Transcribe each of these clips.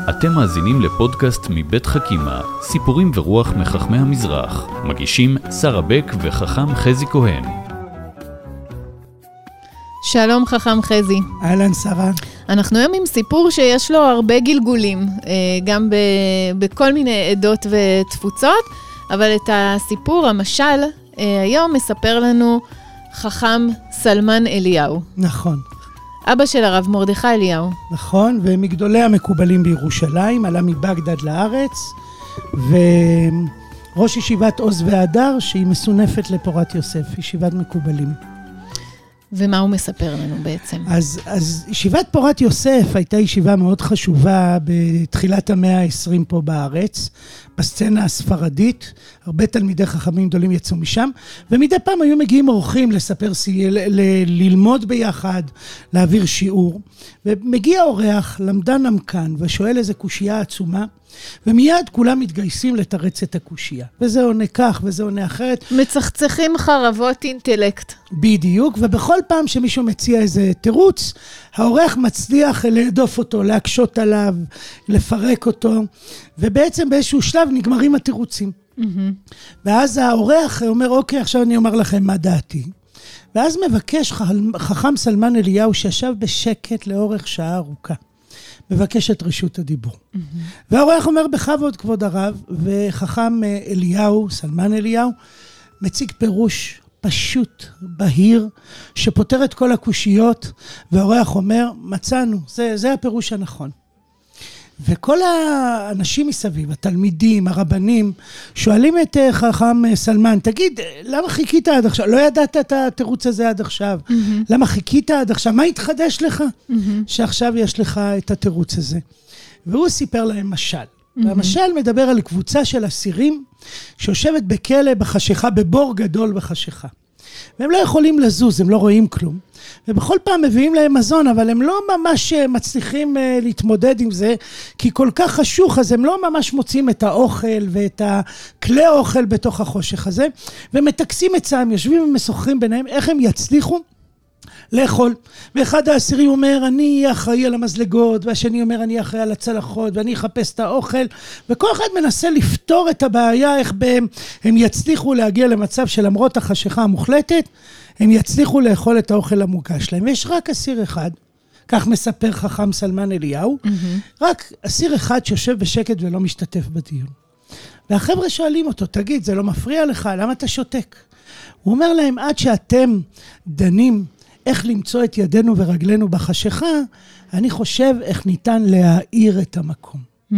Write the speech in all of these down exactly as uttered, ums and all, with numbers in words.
אתם מאזינים לפודקאסט מבית חכימה, סיפורים ורוח מחכמי המזרח. מגישים שרה בק וחכם חזי כהן. שלום חכם חזי. אהלן שרה. אנחנו היום עם סיפור שיש לו הרבה גלגולים, גם בכל מיני עדות ותפוצות, אבל את הסיפור, המשל, היום מספר לנו חכם סלמן אליהו. נכון. אבא של הרב מרדכי אליהו. נכון, ומגדולי המקובלים בירושלים, עלה מבגדד לארץ, וראש ישיבת עוז והדר, שהיא מסונפת לפורת יוסף, ישיבת מקובלים. ומה הוא מספר לנו בעצם? אז, אז ישיבת פורת יוסף הייתה ישיבה מאוד חשובה בתחילת המאה ה-עשרים פה בארץ, בסצנה הספרדית, הרבה תלמידי חכמים גדולים יצאו משם, ומדי פעם היו מגיעים אורחים לספר, ל- ל- ללמוד ביחד, להעביר שיעור, ומגיע אורח, למדן נמקן, ושואל איזה קושייה עצומה, ומיד כולם מתגייסים לתרץ את הקושייה. וזה עונה כך, וזה עונה אחרת. מצחצחים חרבות אינטלקט. בדיוק, ובכל פעם שמישהו מציע איזה תירוץ, האורח מצליח להדוף אותו, להקשות עליו, לפרק אותו, ובעצם באיזשהו שלב נגמרים התירוצים. Mm-hmm. ואז האורח אומר, אוקיי, עכשיו אני אומר לכם מה דעתי. ואז מבקש חכם סלמן אליהו, שישב בשקט לאורך שעה ארוכה. מבקש את רשות הדיבור. Mm-hmm. והאורח אומר בכבוד כבוד הרב, וחכם אליהו, סלמן אליהו, מציג פירוש פשוט, בהיר, שפותר את כל הקושיות, והאורח אומר, מצאנו, זה, זה הפירוש הנכון. וכל האנשים מסביב, התלמידים, הרבנים, שואלים את חכם סלמן, תגיד, למה חיכית עד עכשיו? לא ידעת את התירוץ הזה עד עכשיו. Mm-hmm. למה חיכית עד עכשיו? מה התחדש לך? Mm-hmm. שעכשיו יש לך את התירוץ הזה. והוא סיפר להם משל. Mm-hmm. והמשל מדבר על קבוצה של אסירים, שיושבת בכלא בחשיכה, בבור גדול בחשיכה. והם לא יכולים לזוז, הם לא רואים כלום. ובכל פעם מביאים להם מזון, אבל הם לא ממש מצליחים להתמודד עם זה, כי כל כך חשוך, אז הם לא ממש מוצאים את האוכל ואת הכלי האוכל בתוך החושך הזה, ומתקסים עצם, יושבים ומשוחחים ביניהם, איך הם יצליחו לאכול. ואחד האסירים אומר, אני אחראי על המזלגות, והשני אומר, אני אחראי על הצלחות, ואני אחפש את האוכל, וכל אחד מנסה לפתור את הבעיה, איך בהם הם יצליחו להגיע למצב שלמרות החשיכה המוחלטת, הם יצליחו לאכול את האוכל המוגש להם. ויש רק אסיר אחד, כך מספר חכם סלמן אליהו, mm-hmm. רק אסיר אחד שיושב בשקט ולא משתתף בדיון. והחבר'ה שואלים אותו, תגיד, זה לא מפריע לך? למה אתה שותק? הוא אומר להם, עד שאתם דנים איך למצוא את ידינו ורגלינו בחשיכה, אני חושב איך ניתן להאיר את המקום. Mm.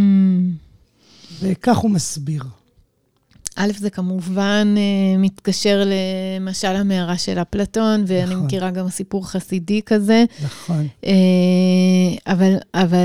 וכך הוא מסביר. א', זה כמובן מתקשר למשל המערה של אפלטון, ואני נכון. מכירה גם סיפור חסידי כזה. נכון. אבל, אבל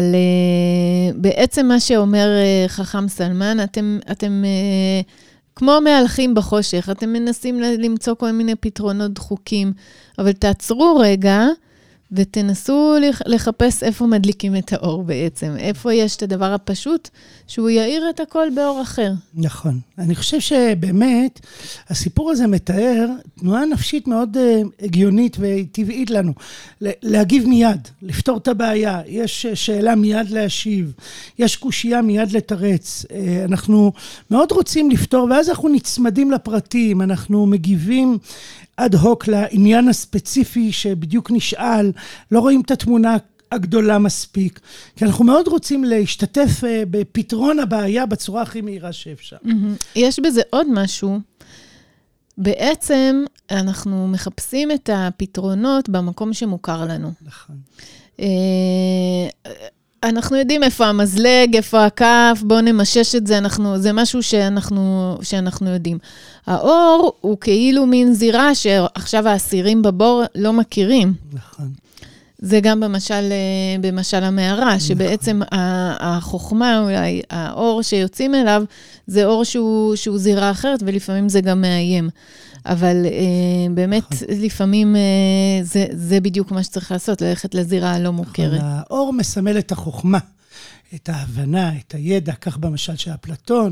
בעצם מה שאומר חכם סלמן, אתם, אתם כמו מהלכים בחושך, אתם מנסים למצוא כל מיני פתרונות דחוקים, אבל תעצרו רגע, ותנסו לחפש איפה מדליקים את האור בעצם, איפה יש את הדבר הפשוט, שהוא יאיר את הכל באור אחר. נכון. אני חושב שבאמת, הסיפור הזה מתאר תנועה נפשית מאוד הגיונית וטבעית לנו. להגיב מיד, לפתור את הבעיה, יש שאלה מיד להשיב, יש קושייה מיד לתרץ. אנחנו מאוד רוצים לפתור, ואז אנחנו נצמדים לפרטים, אנחנו מגיבים עד הוק לעניין הספציפי שבדיוק נשאל, לא רואים את התמונה הגדולה מספיק, כי אנחנו מאוד רוצים להשתתף בפתרון הבעיה בצורה הכי מהירה שאפשר. יש בזה עוד משהו, בעצם אנחנו מחפשים את הפתרונות במקום שמוכר לנו. נכון. אנחנו יודעים איפה המזלג, איפה הכף, בואו נמשש את זה, אנחנו, זה משהו שאנחנו, שאנחנו יודעים. האור הוא כאילו מין זירה שעכשיו האסירים בבור לא מכירים. נכון. זה גם במשל, במשל המערה, שבעצם נכון. החוכמה, אולי האור שיוצאים אליו, זה אור שהוא, שהוא זירה אחרת, ולפעמים זה גם מאיים. אבל אה, באמת נכון. לפעמים אה, זה, זה בדיוק מה שצריך לעשות, ללכת לזירה הלא מוכרת. נכון, האור מסמל את החוכמה, את ההבנה, את הידע, כך במשל של אפלטון,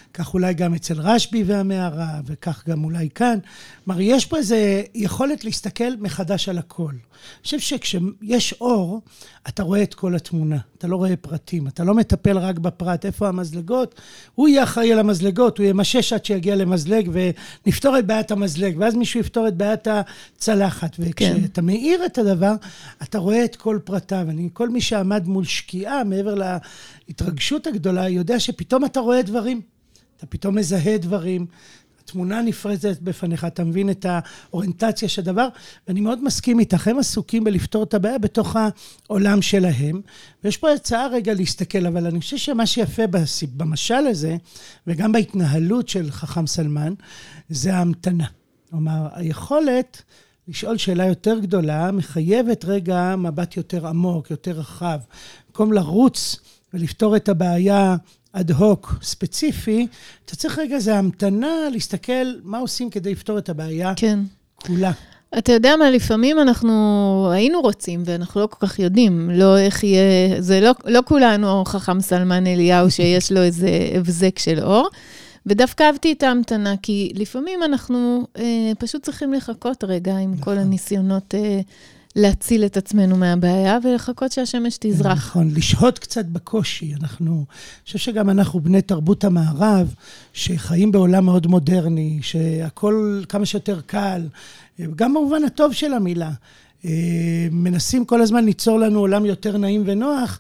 כך אולי גם אצל רשב"י והמערה, וכך גם אולי כאן. כלומר, יש פה איזו יכולת להסתכל מחדש על הכל. אני חושב שכשיש אור, אתה רואה את כל התמונה, אתה לא רואה פרטים, אתה לא מטפל רק בפרט, איפה המזלגות, הוא יהיה אחראי על המזלגות, הוא ימשש עד שיגיע למזלג, ונפתור את בעיית המזלג, ואז מישהו יפתור את בעיית הצלחת, וכשאתה מאיר את הדבר, אתה רואה את כל פרטיו, אני, כל מי שעמד מול שקיעה, מעבר להתרגשות הגדולה, יודע שפתאום אתה רואה דברים, אתה פתאום מזהה דברים, התמונה נפרזת בפניך, אתה מבין את האוריינטציה של הדבר, ואני מאוד מסכים איתך, הם עסוקים בלפתור את הבעיה בתוך העולם שלהם, ויש פה הצעה רגע להסתכל, אבל אני חושב שמה שיפה במשל הזה, וגם בהתנהלות של חכם סלמן, זה ההמתנה. כלומר, היכולת לשאול שאלה יותר גדולה, מחייבת רגע מבט יותר עמוק, יותר רחב, במקום לרוץ ולפתור את הבעיה אד הוק ספציפי, אתה צריך רגע זה המתנה להסתכל מה עושים כדי לפתור את הבעיה כן. כולה. אתה יודע מה, לפעמים אנחנו היינו רוצים, ואנחנו לא כל כך יודעים, לא איך יהיה, זה לא, לא כולנו חכם סלמן אליהו שיש לו איזה הבזק של אור, ודווקא אהבתי את ההמתנה, כי לפעמים אנחנו אה, פשוט צריכים לחכות רגע עם נכון. כל הניסיונות אה, להציל את עצמנו מהבעיה, ולחכות שהשמש תזרח. נכון, לשהות קצת בקושי. אנחנו, אני חושב שגם אנחנו בני תרבות המערב, שחיים בעולם מאוד מודרני, שהכל כמה שיותר קל, גם במובן הטוב של המילה. מנסים כל הזמן ליצור לנו עולם יותר נעים ונוח,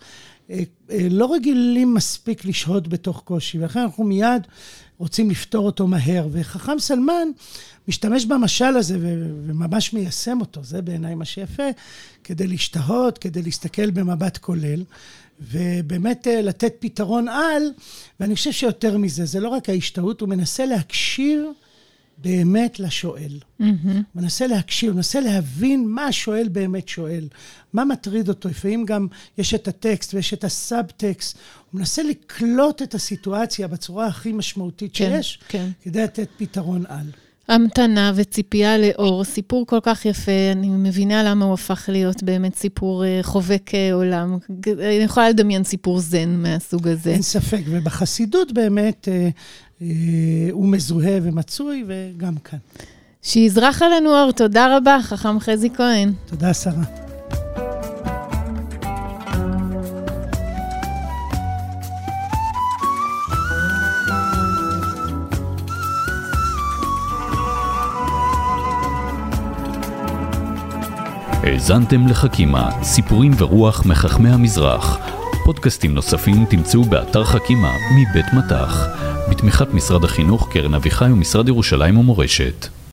לא רגילים מספיק לשהות בתוך קושי, ולכן אנחנו מיד רוצים לפתור אותו מהר, וחכם סלמן משתמש במשל הזה וממש מיישם אותו, זה בעיניי מה שיפה, כדי להשתהות, כדי להסתכל במבט כולל, ובאמת לתת פתרון על, ואני חושב שיותר מזה, זה לא רק ההשתהות, הוא מנסה להקשיב באמת לשואל. Mm-hmm. הוא מנסה להקשיב, הוא מנסה להבין מה השואל באמת שואל, מה מטריד אותו, לפעמים גם יש את הטקסט ויש את הסאב-טקסט, הוא מנסה לקלוט את הסיטואציה בצורה הכי משמעותית כן, שיש, כן. כדי לתת פתרון על. המתנה וציפייה לאור, סיפור כל כך יפה, אני מבינה למה הוא הפך להיות באמת סיפור חובק עולם. אני יכולה לדמיין סיפור זן מהסוג הזה. אין ספק, ובחסידות באמת אה, אה, הוא מזוהה ומצוי, וגם כאן. שיזרח עלינו אור, תודה רבה, חכם חזי כהן. תודה, שרה. האזנתם לחכימה, סיפורים ורוח מחכמי המזרח. פודקאסטים נוספים תמצאו באתר חכימה מבית מטח, בתמיכת משרד החינוך, קרן אביחי ומשרד ירושלים ומורשת.